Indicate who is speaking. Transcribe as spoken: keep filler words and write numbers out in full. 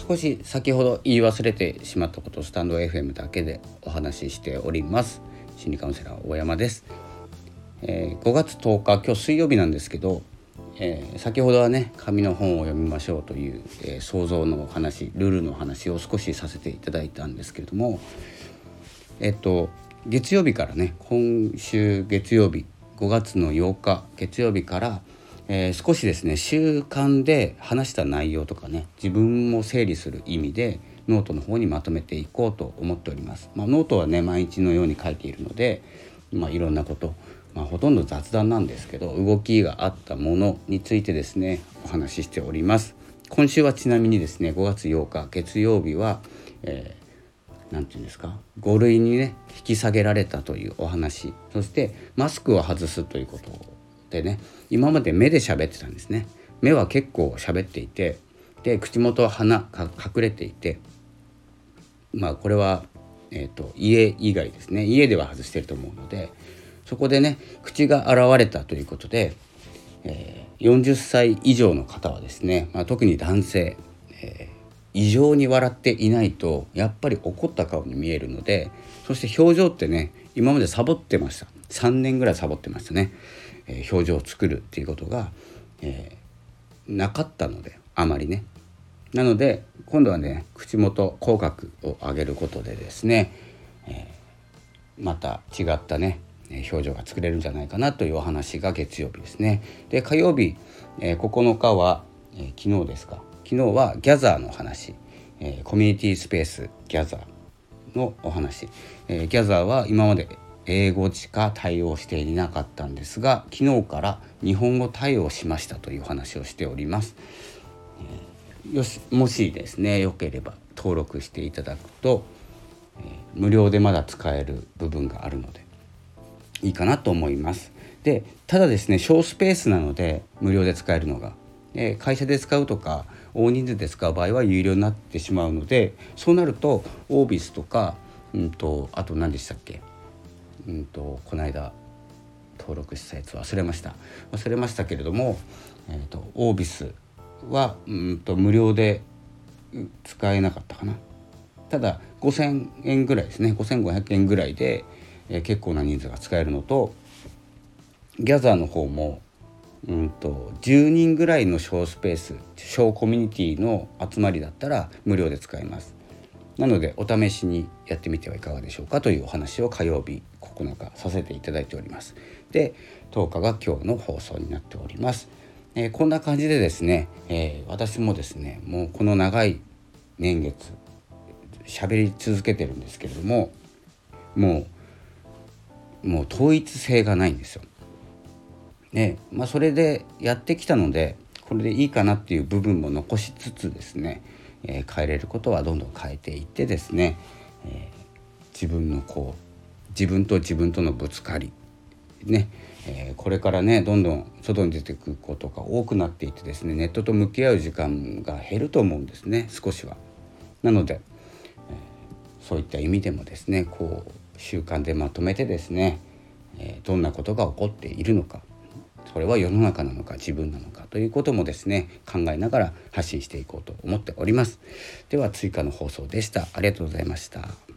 Speaker 1: 少し先ほど言い忘れてしまったことをスタンド エフエム だけでお話ししております。心理カウンセラー大山です。えー、ごがつとおか、今日水曜日なんですけど、えー、先ほどはね紙の本を読みましょうという、えー、創造の話、ルールの話を少しさせていただいたんですけれども、えっと月曜日からね、今週月曜日ごがつのようか月曜日から、えー、少しですね習慣で話した内容とかね、自分も整理する意味でノートの方にまとめていこうと思っております。まあ、ノートはね毎日のように書いているので、まあ、いろんなこと、まあ、ほとんど雑談なんですけど、動きがあったものについてですねお話ししております。今週はちなみにですねごがつようか月曜日は、えーなんていうんですか、ご類にね引き下げられたというお話、そしてマスクを外すということでね、今まで目で喋ってたんですね。目は結構喋っていて、で口元は鼻か隠れていて、まあこれは、えーと、家以外ですね、家では外してると思うので、そこでね口が現れたということで、えー、よんじゅっさい以上の方はですね、まあ、特に男性、えー異常に笑っていないとやっぱり怒った顔に見えるので、そして表情ってね今までサボってました。さんねんぐらいサボってましたね、えー、表情を作るっていうことが、えー、なかったので、あまりね。なので今度はね口元口角を上げることでですね、えー、また違ったね表情が作れるんじゃないかなというお話が月曜日ですね。で火曜日、えー、ここのかは、えー、昨日ですか昨日はギャザーの話、えー、コミュニティスペースギャザーのお話、えー、ギャザーは今まで英語しか対応していなかったんですが、昨日から日本語対応しましたという話をしております。えー、よしもしですねよければ登録していただくと、えー、無料でまだ使える部分があるのでいいかなと思います。でただですね小スペースなので無料で使えるのが、えー、会社で使うとか大人数で使う場合は有料になってしまうので、そうなるとオービスとか、うんとあと何でしたっけ、うんとこの間登録したやつ忘れました忘れましたけれども、えーとオービスはうんと無料で使えなかったかな。ただごせんえんぐらいですね、ごせんごひゃくえんぐらいで、えー、結構な人数が使えるのと、ギャザーの方もうんとじゅうにんぐらいの小スペース、小コミュニティの集まりだったら無料で使えます。なのでお試しにやってみてはいかがでしょうかというお話を火曜日ここのかさせていただいております。でとおかが今日の放送になっております。えー、こんな感じでですね、えー、私もですねもうこの長い年月喋り続けてるんですけれども、もうもう統一性がないんですよね。まあ、それでやってきたのでこれでいいかなっていう部分も残しつつですね、えー、変えれることはどんどん変えていってですね、えー、自分のこう自分と自分とのぶつかりね、えー、これからねどんどん外に出てくることが多くなっていってですね、ネットと向き合う時間が減ると思うんですね、少しは。なので、えー、そういった意味でもですねこう習慣でまとめてですね、えー、どんなことが起こっているのか、それは世の中なのか自分なのかということもですね考えながら発信していこうと思っております。では追加の放送でした。ありがとうございました。